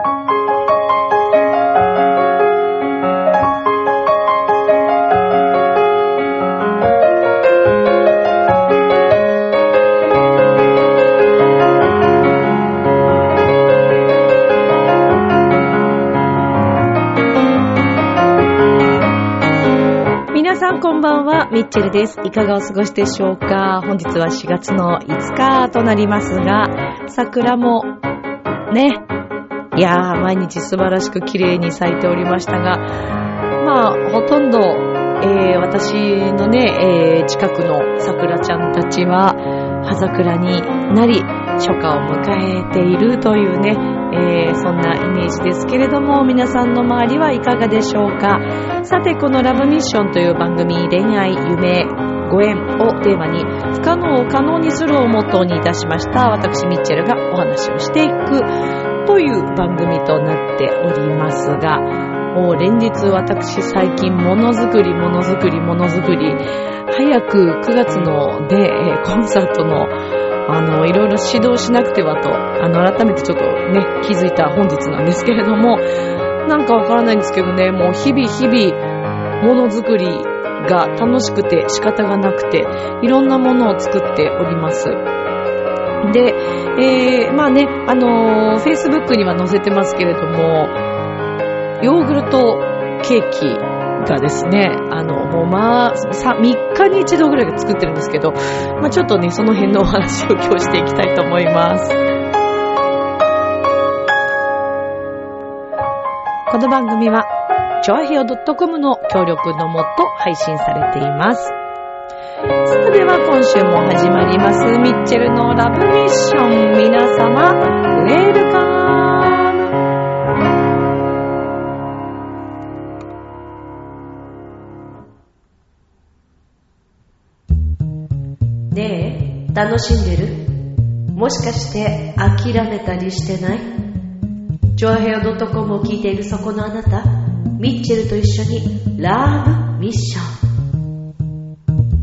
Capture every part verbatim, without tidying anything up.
こんばんは、ミッチェルです。いかがお過ごしでしょうか。本日はしがつのいつかとなりますが、桜もね、いやー毎日素晴らしく綺麗に咲いておりましたが、まあほとんど、えー、私のね、えー、近くの桜ちゃんたちは葉桜になり初夏を迎えているというね、えー、そんなイメージですけれども、皆さんの周りはいかがでしょうか。さて、このラブミッションという番組、恋愛、夢、ご縁をテーマに不可能を可能にするをモットーにいたしました私ミッチェルがお話をしていくという番組となっておりますが、もう連日私最近ものづくりものづくりものづくり、早くくがつので、えー、コンサートのあのいろいろ指導しなくてはと、あの改めてちょっとね気づいた本日なんですけれども、なんかわからないんですけどね、もう日々日々ものづくりが楽しくて仕方がなくて、いろんなものを作っております。で、えー、まあね、あのー、Facebook には載せてますけれども、ヨーグルトケーキがですね、あの、もうまあ、さ、みっかに一度ぐらい作ってるんですけど、まあちょっとね、その辺のお話を今日していきたいと思います。この番組は、チョアヘオ .com の協力のもと配信されています。それでは今週も始まります、ミッチェルのラブミッション。皆様、ウェルカム。ねえ、楽しんでる？もしかして諦めたりしてない？チョアヘオ .com を聞いているそこのあなた、ミッチェルと一緒にラブミッション。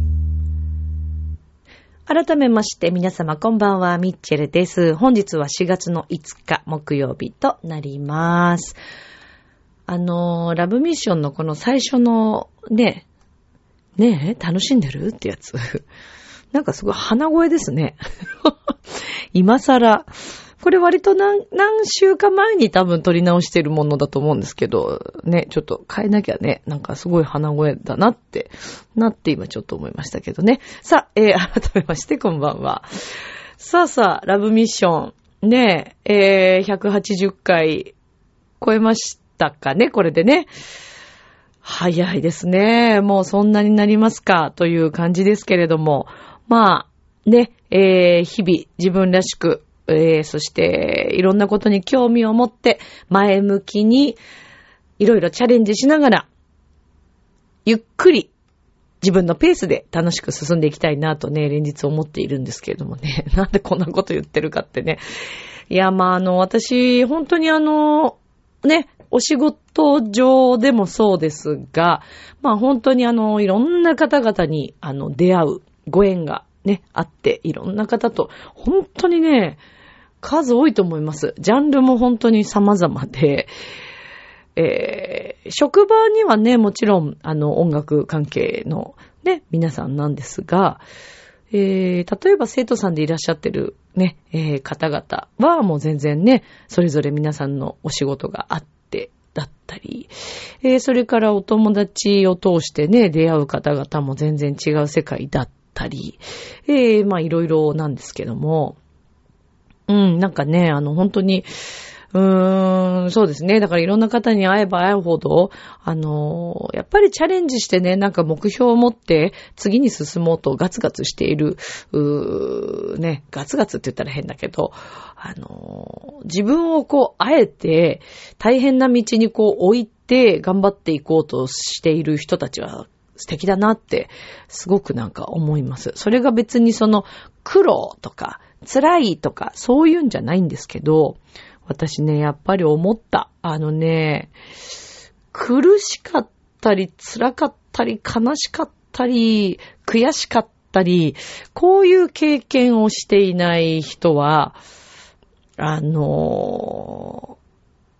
改めまして皆様こんばんは、ミッチェルです。本日はしがつのいつか木曜日となります。あのラブミッションのこの最初のねねえ楽しんでるってやつなんかすごい鼻声ですね今更これ割と何、何週間前に多分撮り直してるものだと思うんですけど、ね、ちょっと変えなきゃね、なんかすごい鼻声だなって、なって今ちょっと思いましたけどね。さあ、えー、改めましてこんばんは。さあさあ、ラブミッション、ね、えー、ひゃくはちじゅっかい超えましたかね、これでね。早いですね。もうそんなになりますか、という感じですけれども。まあ、ね、えー、日々自分らしく、えー、そしていろんなことに興味を持って前向きにいろいろチャレンジしながらゆっくり自分のペースで楽しく進んでいきたいなとね連日思っているんですけれどもね、なんでこんなこと言ってるかってね、いやまああの私本当にあのねお仕事上でもそうですが、まあ本当にあのいろんな方々にあの出会うご縁がねあって、いろんな方と本当にね数多いと思います。ジャンルも本当に様々で、えー、職場にはね、もちろん、あの、音楽関係のね、皆さんなんですが、えー、例えば生徒さんでいらっしゃってるね、えー、方々はもう全然ね、それぞれ皆さんのお仕事があってだったり、えー、それからお友達を通してね、出会う方々も全然違う世界だったり、えー、まあいろいろなんですけども、うん、なんかね、あの、本当に、うーん、そうですね。だからいろんな方に会えば会うほど、あの、やっぱりチャレンジしてね、なんか目標を持って次に進もうとガツガツしている、うー、ね、ガツガツって言ったら変だけど、あの、自分をこう、あえて大変な道にこう置いて頑張っていこうとしている人たちは、素敵だなってすごくなんか思います。それが別にその苦労とか辛いとかそういうんじゃないんですけど、私ねやっぱり思った。あのね、苦しかったり辛かったり悲しかったり悔しかったり、こういう経験をしていない人はあの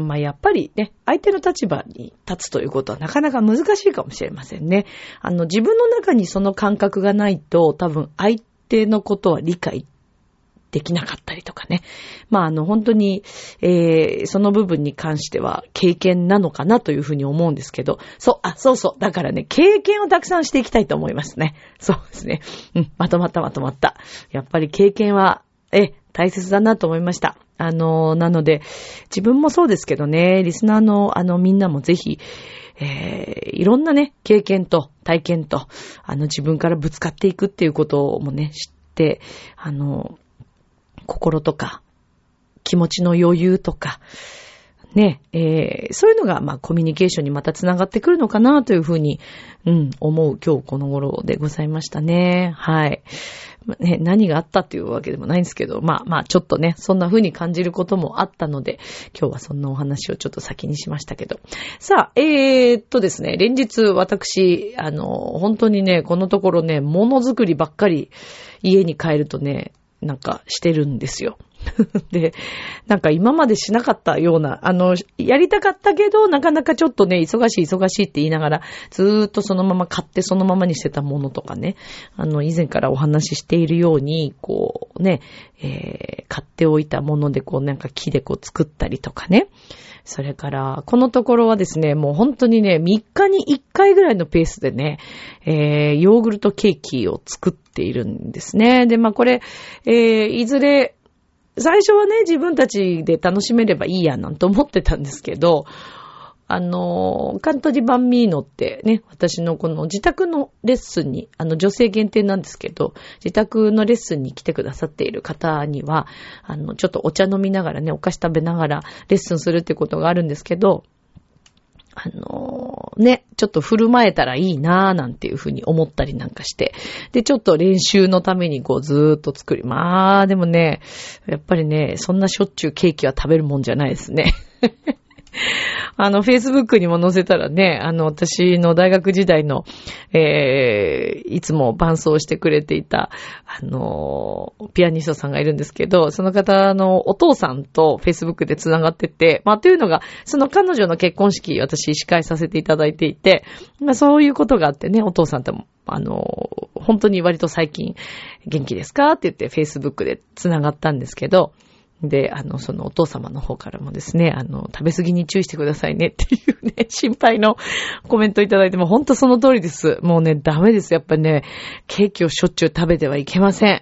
まあ、やっぱりね、相手の立場に立つということはなかなか難しいかもしれませんね。あの、自分の中にその感覚がないと、多分相手のことは理解できなかったりとかね。まあ、あの、本当に、えー、その部分に関しては経験なのかなというふうに思うんですけど、そう、あ、そうそう。だからね、経験をたくさんしていきたいと思いますね。そうですね。うん、まとまったまとまった。やっぱり経験は、え、大切だなと思いました。あの、なので、自分もそうですけどね、リスナーの、あの、みんなもぜひ、えー、いろんなね、経験と体験と、あの、自分からぶつかっていくっていうこともね、知って、あの、心とか、気持ちの余裕とか、ね、えー、そういうのが、まあ、コミュニケーションにまたつながってくるのかなというふうに、うん、思う今日この頃でございましたね。はい。まあね、何があったっていうわけでもないんですけど、まあまあ、ちょっとね、そんな風に感じることもあったので、今日はそんなお話をちょっと先にしましたけど。さあ、えーっとですね、連日私、あの、本当にね、このところね、ものづくりばっかり家に帰るとね、なんかしてるんですよ。で、なんか今までしなかったような、あの、やりたかったけど、なかなかちょっとね、忙しい忙しいって言いながら、ずーっとそのまま買ってそのままにしてたものとかね、あの、以前からお話ししているように、こうね、えー、買っておいたものでこうなんか木でこう作ったりとかね。それから、このところはですね、もう本当にね、みっかにいっかいぐらいのペースでね、えー、ヨーグルトケーキを作っているんですね。で、まあこれ、えー、いずれ、最初はね、自分たちで楽しめればいいやなんて思ってたんですけど、あの、カントリバンミーノってね、私のこの自宅のレッスンに、あの女性限定なんですけど、自宅のレッスンに来てくださっている方には、あの、ちょっとお茶飲みながらね、お菓子食べながらレッスンするってことがあるんですけど、あのー、ね、ちょっと振る舞えたらいいなーなんていうふうに思ったりなんかして。で、ちょっと練習のためにこうずーっと作り。まあ、でもね、やっぱりね、そんなしょっちゅうケーキは食べるもんじゃないですね。あの、Facebook にも載せたらね、あの、私の大学時代の、えー、いつも伴奏してくれていた、あの、ピアニストさんがいるんですけど、その方のお父さんと Facebook でつながってて、まあ、というのが、その彼女の結婚式、私司会させていただいていて、まあ、そういうことがあってね、お父さんとも、あの、本当に割と最近、元気ですかって言って Facebook でつながったんですけど、で、あの、そのお父様の方からもですね、あの、食べ過ぎに注意してくださいねっていうね、心配のコメントいただいても、ほんとその通りです。もうね、ダメです。やっぱりね、ケーキをしょっちゅう食べてはいけません。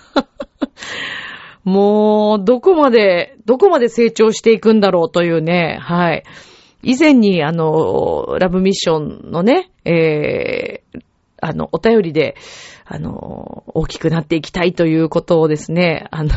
もう、どこまで、どこまで成長していくんだろうというね、はい。以前に、あの、ラブミッションのね、えー、あの、お便りで、あの、大きくなっていきたいということをですね、あの、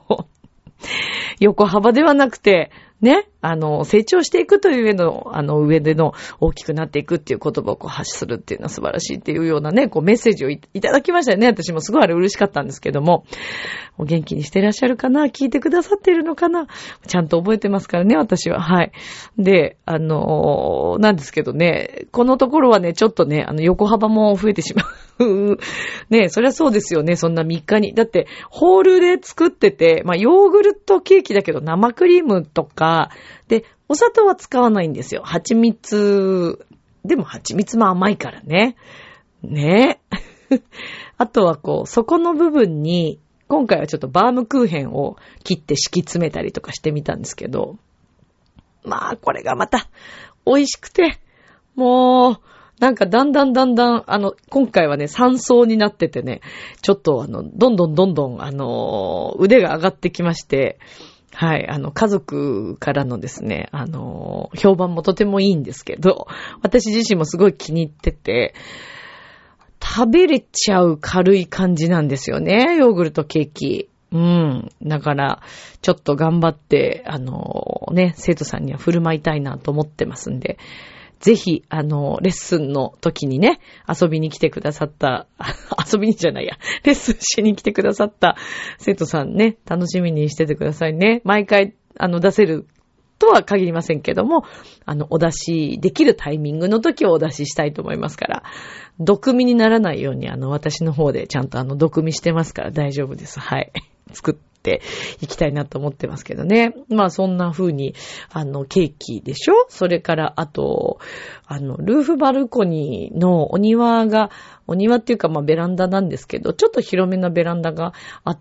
横幅ではなくて、ね、あの、成長していくという上の、あの、上での大きくなっていくっていう言葉をこう発するっていうのは素晴らしいっていうようなね、こうメッセージを い, いただきましたよね。私もすごいあれ嬉しかったんですけども、お元気にしてらっしゃるかな、聞いてくださっているのかな、ちゃんと覚えてますからね、私は。はい。で、あのー、なんですけどね、このところはね、ちょっとね、あの、横幅も増えてしまう。ね、そりゃそうですよね、そんなみっかに。だって、ホールで作ってて、まあ、ヨーグルトケーキだけど生クリームとか、で、お砂糖は使わないんですよ。蜂蜜。でも蜂蜜も甘いからね。ね。あとはこう、底の部分に、今回はちょっとバームクーヘンを切って敷き詰めたりとかしてみたんですけど、まあ、これがまた、美味しくて、もう、なんかだんだんだんだん、あの、今回はね、さん層になっててね、ちょっとあの、どんどんどんどん、あの、腕が上がってきまして、はい、あの、家族からのですね、あの、評判もとてもいいんですけど、私自身もすごい気に入ってて、食べれちゃう軽い感じなんですよね、ヨーグルトケーキ。うん。だから、ちょっと頑張って、あの、ね、生徒さんには振る舞いたいなと思ってますんで、ぜひ、あの、レッスンの時にね、遊びに来てくださった、遊びにじゃないや、レッスンしに来てくださった生徒さんね、楽しみにしててくださいね。毎回、あの、出せるとは限りませんけども、あの、お出しできるタイミングの時をお出ししたいと思いますから、毒味にならないように、あの、私の方でちゃんとあの、毒味してますから大丈夫です。はい。作っっていきたいなと思ってますけどね。まあそんな風に、あの、ケーキでしょ？それから、あと、あの、ルーフバルコニーのお庭が、お庭っていうかまあベランダなんですけど、ちょっと広めなベランダがあって、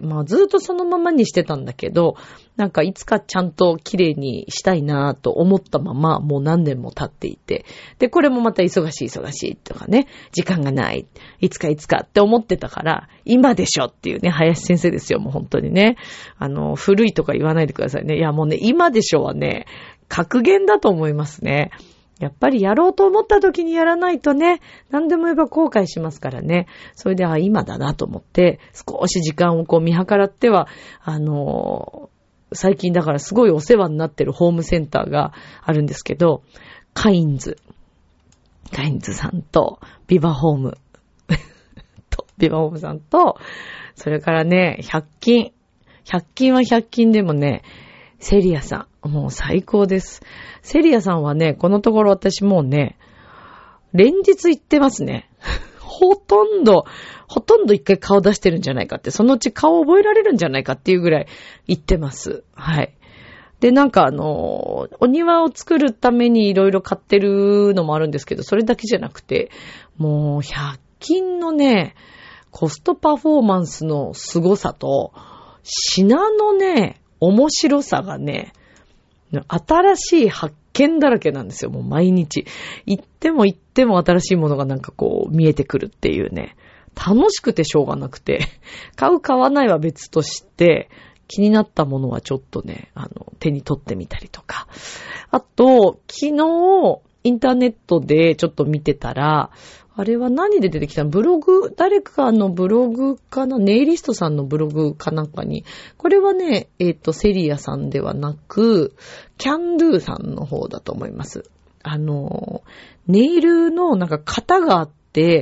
まあずっとそのままにしてたんだけど、なんかいつかちゃんと綺麗にしたいなと思ったまま、もう何年も経っていて、で、これもまた忙しい忙しいとかね、時間がない、いつかいつかって思ってたから、今でしょっていうね、林先生ですよ、もう本当にね。あの、古いとか言わないでくださいね。いやもうね、今でしょはね、格言だと思いますね。やっぱりやろうと思った時にやらないとね、何でも言えば後悔しますからね。それで、あ、今だなと思って、少し時間をこう見計らっては、あのー、最近だからすごいお世話になってるホームセンターがあるんですけど、カインズ。カインズさんと、ビバホーム。と、ビバホームさんと、それからね、ひゃく均。ひゃく均はひゃく均でもね、セリアさん。もう最高です。セリアさんはね、このところ私もうね、連日行ってますね。ほとんど、ほとんど一回顔出してるんじゃないかって、そのうち顔覚えられるんじゃないかっていうぐらい行ってます。はい。で、なんかあの、お庭を作るためにいろいろ買ってるのもあるんですけど、それだけじゃなくて、もうひゃく均のね、コストパフォーマンスの凄さと、品のね、面白さがね、新しい発見だらけなんですよ。もう毎日。行っても行っても新しいものがなんかこう見えてくるっていうね。楽しくてしょうがなくて。買う買わないは別として、気になったものはちょっとね、あの、手に取ってみたりとか。あと、昨日、インターネットでちょっと見てたら、あれは何で出てきたの？ブログ、誰かのブログかな？ネイリストさんのブログかなんかに。これはね、えっと、セリアさんではなく、キャンドゥさんの方だと思います。あの、ネイルのなんか型があって、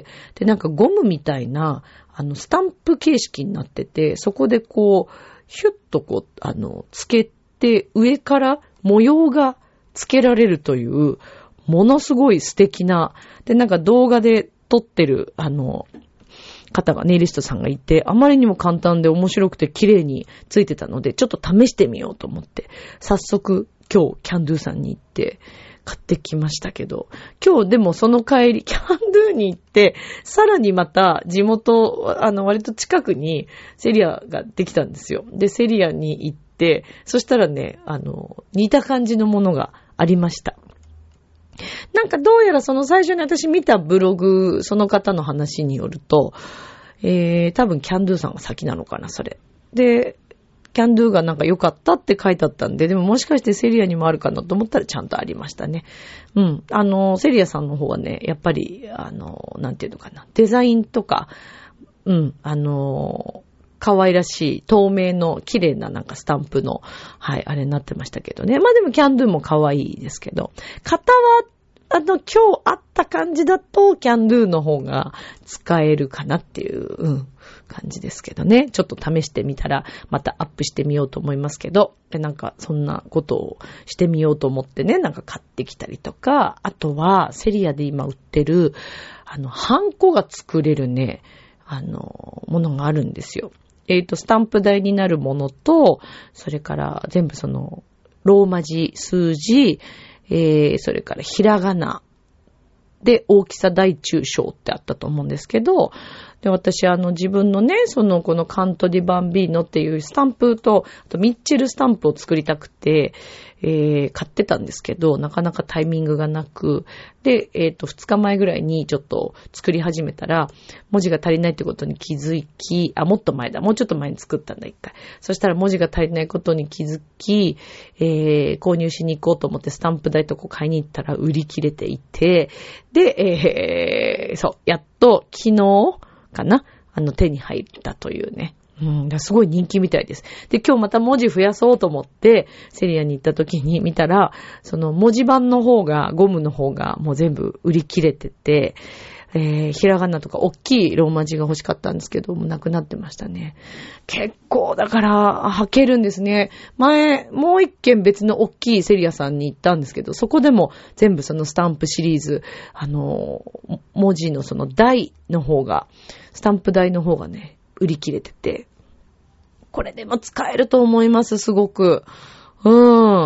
で、なんかゴムみたいな、あの、スタンプ形式になってて、そこでこう、ヒュッとこう、あの、つけて、上から模様がつけられるという、ものすごい素敵な、で、なんか動画で撮ってる、あの、方が、ネイリストさんがいて、あまりにも簡単で面白くて綺麗についてたので、ちょっと試してみようと思って、早速今日キャンドゥさんに行って買ってきましたけど、今日でもその帰り、キャンドゥに行って、さらにまた地元、あの、割と近くにセリアができたんですよ。で、セリアに行って、そしたらね、あの、似た感じのものがありました。なんかどうやらその最初に私見たブログ、その方の話によると、えー、多分キャンドゥさんが先なのかな、それ。で、キャンドゥがなんか良かったって書いてあったんで、でももしかしてセリアにもあるかなと思ったらちゃんとありましたね。うん。あの、セリアさんの方はね、やっぱり、あの、なんていうのかな、デザインとか、うん、あの、可愛らしい透明の綺麗ななんかスタンプの、はい、あれになってましたけどね。まあでもキャンドゥも可愛いですけど、型は、あの、今日あった感じだと、キャンドゥの方が使えるかなっていう、うん、感じですけどね。ちょっと試してみたら、またアップしてみようと思いますけど、で、なんか、そんなことをしてみようと思ってね、なんか買ってきたりとか、あとは、セリアで今売ってる、あの、ハンコが作れるね、あの、ものがあるんですよ。えっと、スタンプ台になるものと、それから全部その、ローマ字、数字、えー、それからひらがなで大きさ大中小ってあったと思うんですけど、で、私あの自分のね、そのこのカントディバンビーノっていうスタンプと、あとミッチェルスタンプを作りたくて、えー、買ってたんですけど、なかなかタイミングがなく、で、えっと、二日前ぐらいにちょっと作り始めたら、文字が足りないってことに気づき、あ、もっと前だ、もうちょっと前に作ったんだ、一回。そしたら文字が足りないことに気づき、えー、購入しに行こうと思ってスタンプ台とこ買いに行ったら売り切れていて、で、えー、そう、やっと昨日かな、あの手に入ったというね。うん、だすごい人気みたいです。で、今日また文字増やそうと思って、セリアに行った時に見たら、その文字盤の方が、ゴムの方がもう全部売り切れてて、えー、ひらがなとか大きいローマ字が欲しかったんですけど、もうなくなってましたね。結構だから、履けるんですね。前、もう一軒別の大きいセリアさんに行ったんですけど、そこでも全部そのスタンプシリーズ、あの、文字のその台の方が、スタンプ台の方がね、売り切れてて、 これでも使えると思います、すごく。うん。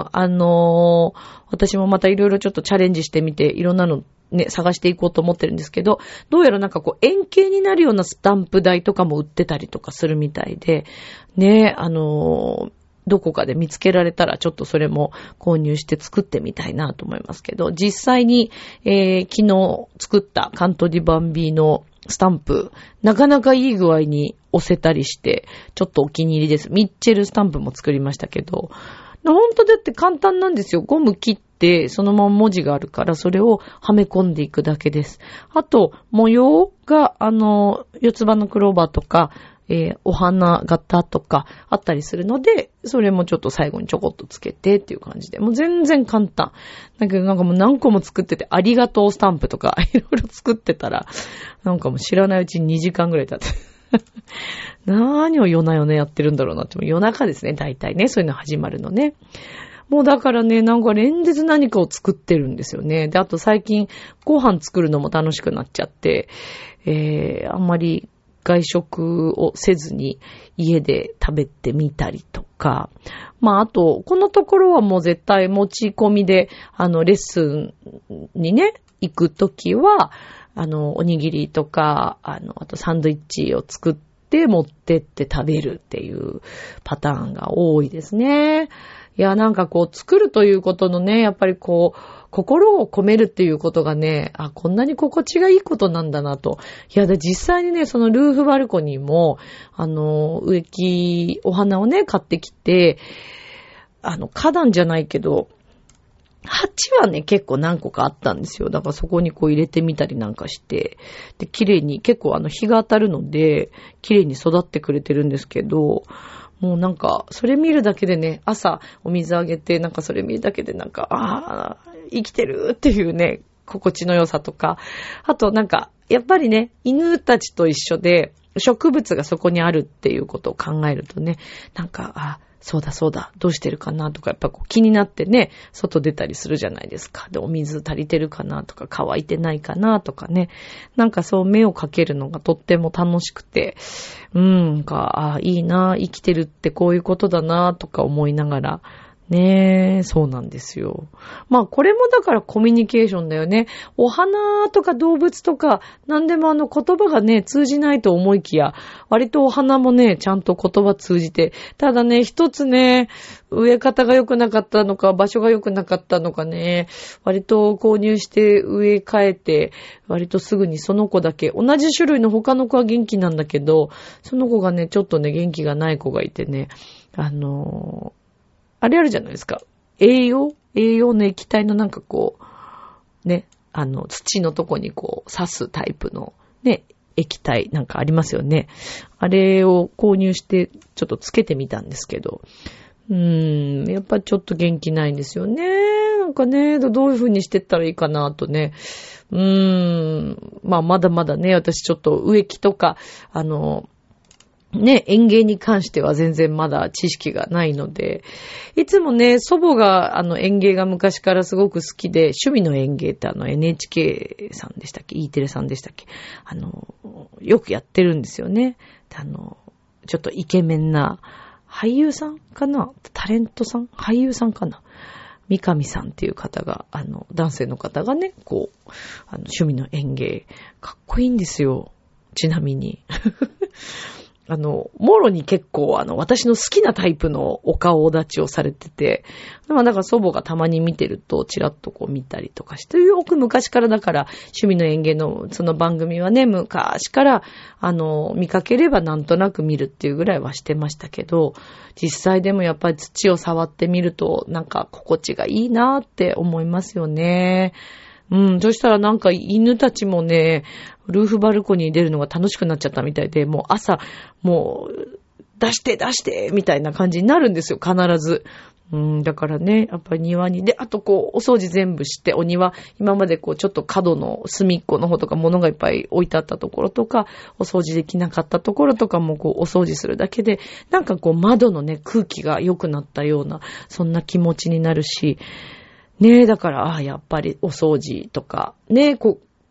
あのー、私もまたいろいろちょっとチャレンジしてみて、いろんなのね、探していこうと思ってるんですけど、どうやらなんかこう円形になるようなスタンプ台とかも売ってたりとかするみたいで、ね、あのー、どこかで見つけられたらちょっとそれも購入して作ってみたいなと思いますけど、実際に、えー、昨日作ったカントディバンビーのスタンプ、なかなかいい具合に押せたりして、ちょっとお気に入りです。ミッチェルスタンプも作りましたけど、ほんとだって簡単なんですよ。ゴム切ってそのまま文字があるからそれをはめ込んでいくだけです。あと模様があの四つ葉のクローバーとか、えー、お花型とかあったりするので、それもちょっと最後にちょこっとつけてっていう感じで、もう全然簡単。だけどなんかもう何個も作ってて、ありがとうスタンプとかいろいろ作ってたら、なんかもう知らないうちににじかんぐらい経って。何を夜な夜なやってるんだろうなって、夜中ですね、大体ね、そういうの始まるのね。もうだからね、なんか連日何かを作ってるんですよね。で、あと最近ご飯作るのも楽しくなっちゃって、えー、あんまり外食をせずに家で食べてみたりとか、まああと、このところはもう絶対持ち込みで、あの、レッスンにね、行くときは、あの、おにぎりとか、あの、あとサンドイッチを作って持ってって食べるっていうパターンが多いですね。いや、なんかこう、作るということのね、やっぱりこう、心を込めるっていうことがね、あ、こんなに心地がいいことなんだなと。いや、で、実際にね、そのルーフバルコニーも、あの、植木、お花をね、買ってきて、あの、花壇じゃないけど、鉢はね、結構何個かあったんですよ。だからそこにこう入れてみたりなんかして、で、綺麗に、結構あの日が当たるので、綺麗に育ってくれてるんですけど、もうなんか、それ見るだけでね、朝お水あげて、なんかそれ見るだけでなんか、ああ、生きてるっていうね、心地の良さとか、あとなんか、やっぱりね、犬たちと一緒で、植物がそこにあるっていうことを考えるとね、なんか、あ、そうだそうだ、どうしてるかなとか、やっぱこう気になってね、外出たりするじゃないですか。で、お水足りてるかなとか、乾いてないかなとかね。なんかそう目をかけるのがとっても楽しくて、うん、なんか、あ、いいな、生きてるってこういうことだなとか思いながら、ねえ、そうなんですよ。まあこれもだからコミュニケーションだよね。お花とか動物とか何でもあの言葉がね通じないと思いきや、割とお花もねちゃんと言葉通じて、ただね一つね植え方が良くなかったのか場所が良くなかったのかね、割と購入して植え替えて割とすぐにその子だけ、同じ種類の他の子は元気なんだけど、その子がねちょっとね元気がない子がいてね、あのーあれあるじゃないですか。栄養栄養の液体のなんかこう、ね、あの、土のとこにこう、刺すタイプの、ね、液体なんかありますよね。あれを購入して、ちょっとつけてみたんですけど、うーん、やっぱちょっと元気ないんですよね。なんかね、どういう風にしてったらいいかなとね。うーん、まあまだまだね、私ちょっと植木とか、あの、ね、園芸に関しては全然まだ知識がないので、いつもね、祖母があの園芸が昔からすごく好きで、趣味の園芸ってあの エヌエイチケー さんでしたっけ、E テレさんでしたっけ、あの、よくやってるんですよね。あの、ちょっとイケメンな俳優さんかな、タレントさん俳優さんかな、三上さんっていう方が、あの、男性の方がね、こう、あの趣味の園芸、かっこいいんですよ。ちなみに。あの、もろに結構、あの、私の好きなタイプのお顔立ちをされてて、まあ、だから祖母がたまに見てると、ちらっとこう見たりとかして、よく昔からだから、趣味の園芸のその番組はね、昔から、あの、見かければなんとなく見るっていうぐらいはしてましたけど、実際でもやっぱり土を触ってみると、なんか心地がいいなって思いますよね。うん、そしたらなんか犬たちもね、ルーフバルコニーに出るのが楽しくなっちゃったみたいで、もう朝、もう、出して出してみたいな感じになるんですよ、必ず。うん、だからね、やっぱり庭に、で、あとこう、お掃除全部して、お庭、今までこう、ちょっと角の隅っこの方とか物がいっぱい置いてあったところとか、お掃除できなかったところとかもこう、お掃除するだけで、なんかこう、窓のね、空気が良くなったような、そんな気持ちになるし、ねえ、だから、ああ、やっぱりお掃除とか、ねえ、こ、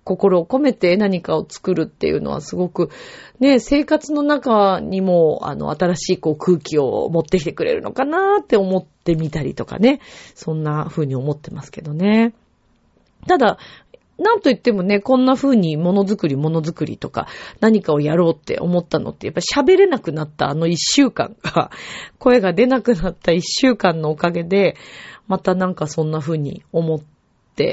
心を込めて何かを作るっていうのはすごくね、生活の中にもあの新しいこう空気を持ってきてくれるのかなって思ってみたりとかね、そんな風に思ってますけどね。ただなんといってもね、こんな風にものづくりものづくりとか何かをやろうって思ったのってやっぱり喋れなくなったあの一週間が、声が出なくなった一週間のおかげで、またなんかそんな風に思って、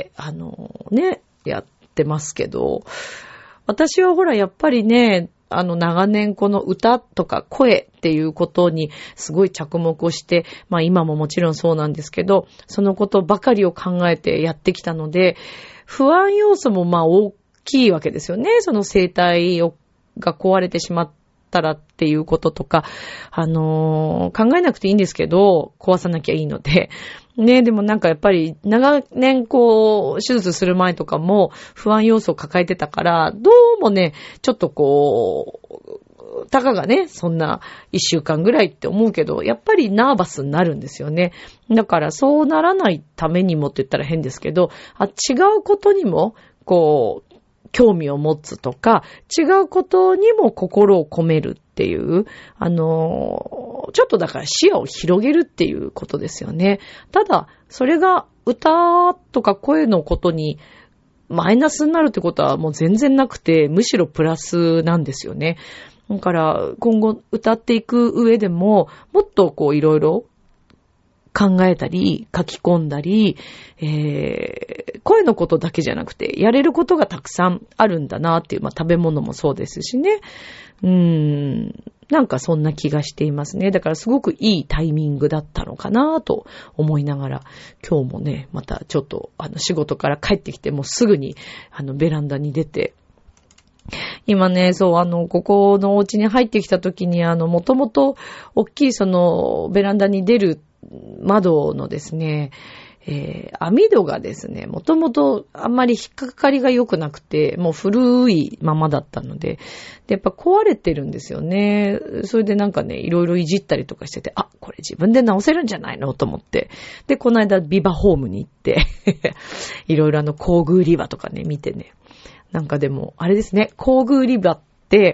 あのね、やってますけど、私はほらやっぱりね、あの長年この歌とか声っていうことにすごい着目をして、まあ今ももちろんそうなんですけど、そのことばかりを考えてやってきたので、不安要素もまあ大きいわけですよね。その声帯をが壊れてしまったらっていうこととか、あのー、考えなくていいんですけど、壊さなきゃいいので。ね、でもなんかやっぱり長年こう手術する前とかも不安要素を抱えてたから、どうもね、ちょっとこう、たかがね、そんな一週間ぐらいって思うけど、やっぱりナーバスになるんですよね。だからそうならないためにもって言ったら変ですけど、あ、違うことにも、こう、興味を持つとか、違うことにも心を込めるっていう、あの、ちょっとだから視野を広げるっていうことですよね。ただ、それが歌とか声のことにマイナスになるってことはもう全然なくて、むしろプラスなんですよね。だから今後歌っていく上でももっとこういろいろ考えたり書き込んだり、えー、声のことだけじゃなくてやれることがたくさんあるんだなっていう、まあ食べ物もそうですしね。うーん、なんかそんな気がしていますね。だからすごくいいタイミングだったのかなと思いながら、今日もね、またちょっとあの仕事から帰ってきてもうすぐにあのベランダに出て、今ね、そう、あの、ここのお家に入ってきた時に、あの、もともと、大きいその、ベランダに出る窓のですね、えー、網戸がですね、もともとあんまり引っかかりが良くなくて、もう古いままだったので、で、やっぱ壊れてるんですよね。それでなんかね、いろいろいじったりとかしてて、あ、これ自分で直せるんじゃないのと思って。で、この間ビバホームに行って、いろいろあの工具売り場とかね、見てね、なんかでも、あれですね、工具売り場って、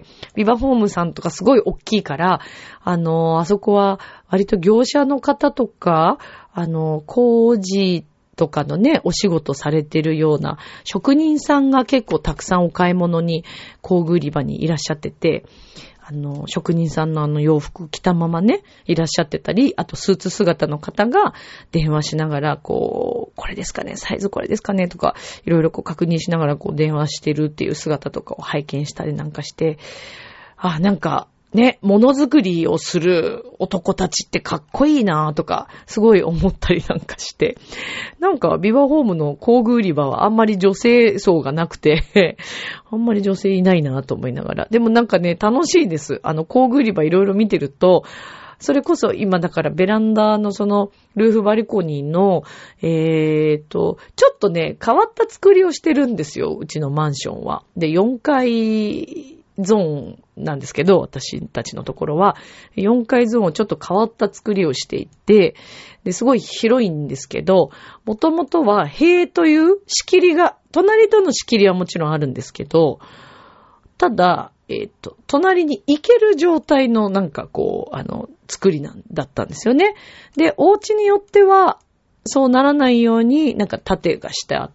ビバホームさんとかすごい大きいから、あの、あそこは割と業者の方とか、あの、工事とかのね、お仕事されてるような職人さんが結構たくさんお買い物に工具売り場にいらっしゃってて、あの、職人さんのあの洋服着たままね、いらっしゃってたり、あとスーツ姿の方が電話しながら、こう、これですかね、サイズこれですかね、とか、いろいろこう確認しながらこう電話してるっていう姿とかを拝見したりなんかして、あ、なんか、ね、ものづくりをする男たちってかっこいいなとか、すごい思ったりなんかして、なんかビバホームの工具売り場はあんまり女性層がなくて、あんまり女性いないなと思いながら。でもなんかね、楽しいです。あの工具売り場いろいろ見てると、それこそ今だからベランダのそのルーフバルコニーの、えーと、ちょっとね、変わった作りをしてるんですよ、うちのマンションは。で、よんかいゾーンなんですけど、私たちのところはよんかいゾーンをちょっと変わった作りをしていて、で、すごい広いんですけど、もともとは塀という仕切りが、隣との仕切りはもちろんあるんですけど、ただ、えっと、隣に行ける状態のなんかこう、あの、作りなんだったんですよね。で、お家によっては、そうならないように、なんか盾がしてあって、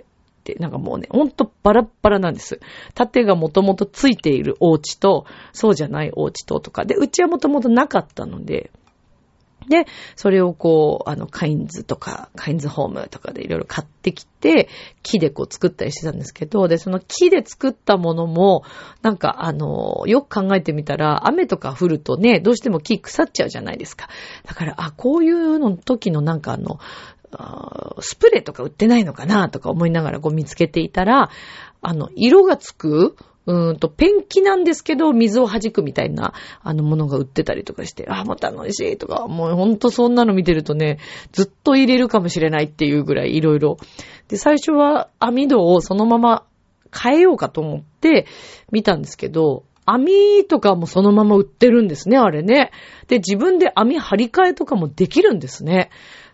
で、なんかもうね、ほんとバラッバラなんです。盾がもともとついているお家と、そうじゃないお家ととか、で、うちはもともとなかったので、で、それをこう、あの、カインズとか、カインズホームとかでいろいろ買ってきて、木でこう作ったりしてたんですけど、で、その木で作ったものも、なんかあの、よく考えてみたら、雨とか降るとね、どうしても木腐っちゃうじゃないですか。だから、あ、こういうの時のなんかあの、あスプレーとか売ってないのかなとか思いながらこう見つけていたら、あの、色がつく、うーんと、ペンキなんですけど、水を弾くみたいな、あの、ものが売ってたりとかして、あ、もう楽しいとか、もうほんとそんなの見てるとね、ずっと入れるかもしれないっていうぐらいいろいろ。で、最初は網戸をそのまま変えようかと思って見たんですけど、網とかもそのまま売ってるんですね、あれね。で、自分で網張り替えとかもできるんですね。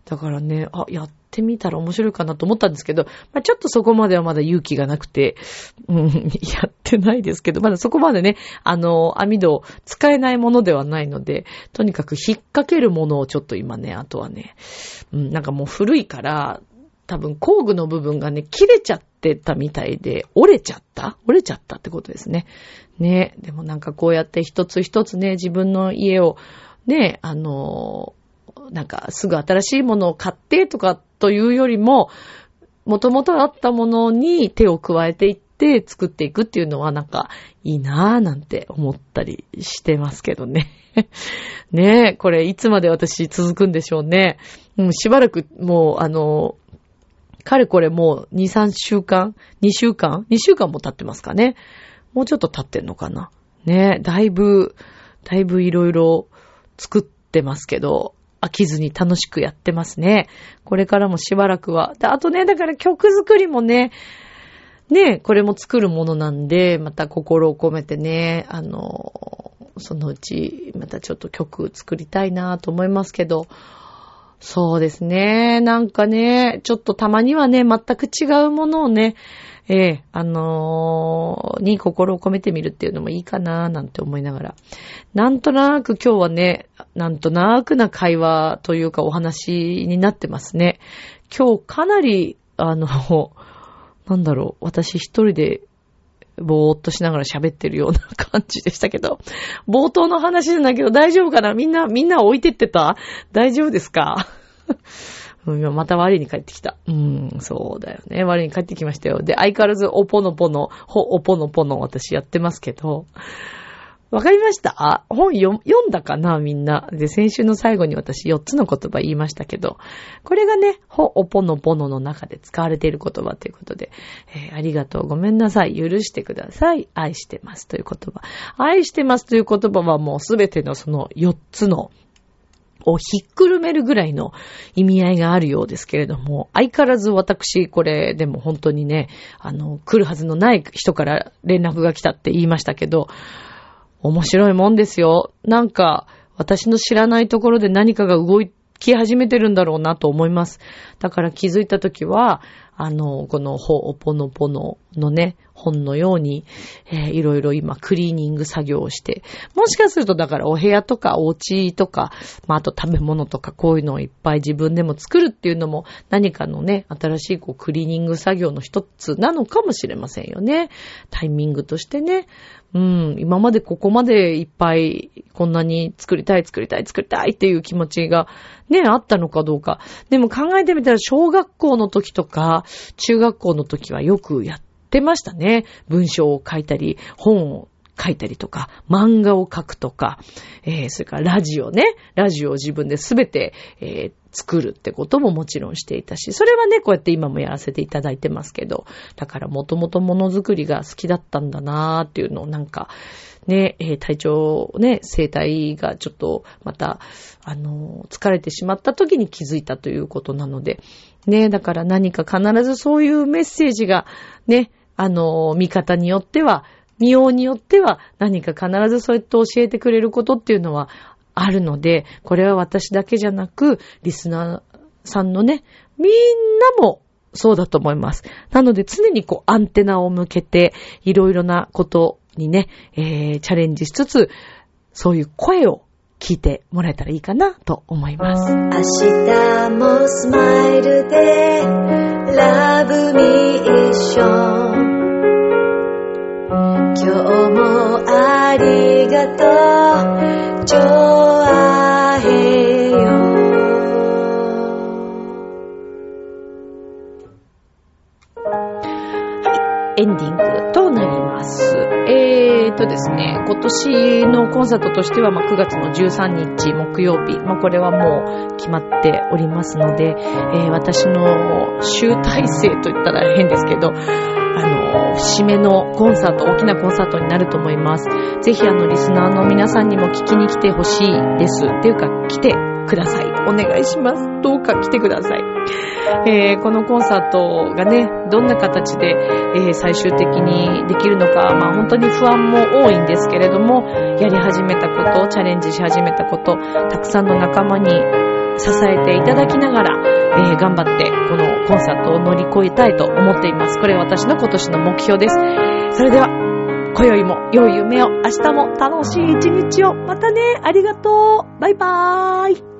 だからね、あ、やってみたら面白いかなと思ったんですけど、まあ、ちょっとそこまではまだ勇気がなくて、うん、やってないですけど、まだそこまでね、あの、網戸を使えないものではないので、とにかく引っ掛けるものをちょっと今ね、あとはね、うん、なんかもう古いから、多分工具の部分がね、切れちゃってたみたいで、折れちゃった折れちゃったってことですね。ね、でもなんかこうやって一つ一つね、自分の家をね、あの、なんかすぐ新しいものを買ってとかというよりも、もともとあったものに手を加えていって作っていくっていうのはなんかいいなぁなんて思ったりしてますけどね。ねえ、これいつまで私続くんでしょうね。うん、しばらくもうあの、かれこれもうに、さんしゅうかん ?に 週間 ?に 週間も経ってますかね。もうちょっと経ってんのかな。ねえ、だいぶ、だいぶいろいろ作ってますけど、飽きずに楽しくやってますね。これからもしばらくは。で、あとね、だから曲作りもね、ね、これも作るものなんで、また心を込めてね、あの、そのうち、またちょっと曲作りたいなと思いますけど、そうですね、なんかね、ちょっとたまにはね、全く違うものをね、ええ、あのー、に心を込めてみるっていうのもいいかななんて思いながら。なんとなく今日はね、なんとなくな会話というかお話になってますね。今日かなり、あの、なんだろう、私一人でぼーっとしながら喋ってるような感じでしたけど、冒頭の話じゃないけど大丈夫かな？みんな、みんな置いてってた？大丈夫ですか？また我に帰ってきた。うん、そうだよね。我に帰ってきましたよ。で、相変わらずおぽのぽの、ほ、おぽのぽの私やってますけど、わかりました？本読、読んだかなみんな。で、先週の最後に私よっつの言葉言いましたけど、これがね、ほ、おぽのぽのの中で使われている言葉ということで、えー、ありがとう、ごめんなさい、許してください、愛してますという言葉。愛してますという言葉はもうすべてのそのよっつのをひっくるめるぐらいの意味合いがあるようですけれども、相変わらず私これでも本当にね、あの、来るはずのない人から連絡が来たって言いましたけど、面白いもんですよ。なんか私の知らないところで何かが動き始めてるんだろうなと思います。だから気づいたときは、あの、このほおぽのぽののね、本のように、えー、いろいろ今クリーニング作業をして、もしかするとだからお部屋とかお家とか、まあ、あと食べ物とかこういうのをいっぱい自分でも作るっていうのも何かのね、新しいこうクリーニング作業の一つなのかもしれませんよね。タイミングとしてね。うん、今までここまでいっぱいこんなに作りたい作りたい作りたいっていう気持ちがね、あったのかどうか。でも考えてみたら小学校の時とか中学校の時はよくやってましたね。文章を書いたり、本を書いたりとか、漫画を書くとか、えー、それからラジオね、ラジオを自分で全て、えー、作るってことももちろんしていたし、それはね、こうやって今もやらせていただいてますけど、だからもともとものづくりが好きだったんだなーっていうのをなんか、ね、えー、体調ね、生体がちょっとまた、あのー、疲れてしまった時に気づいたということなので、ね、だから何か必ずそういうメッセージがね、あのー、見方によっては、見ようによっては何か必ずそうやって教えてくれることっていうのはあるので、これは私だけじゃなく、リスナーさんのね、みんなもそうだと思います。なので常にこうアンテナを向けて、いろいろなことにね、えー、チャレンジしつつ、そういう声を聞いてもらえたらいいかなと思います。明日もスマイルでラブミッション、今日もありがとう、ちょあへよ。はい、エンディングとなります。えーとですね、今年のコンサートとしては、まあ、くがつのじゅうさんにち木曜日、まあ、これはもう決まっておりますので、えー、私の集大成と言ったら変ですけど、あの、節目のコンサート、大きなコンサートになると思います。ぜひあの、リスナーの皆さんにも聞きに来てほしいです。っていうか、来てください。お願いします。どうか来てください。えー、このコンサートがね、どんな形で、えー、最終的にできるのか、まあ本当に不安も多いんですけれども、やり始めたこと、チャレンジし始めたこと、たくさんの仲間に支えていただきながら、えー、頑張ってこのコンサートを乗り越えたいと思っています。これは私の今年の目標です。それでは今宵も良い夢を、明日も楽しい一日を。またね、ありがとう。バイバーイ。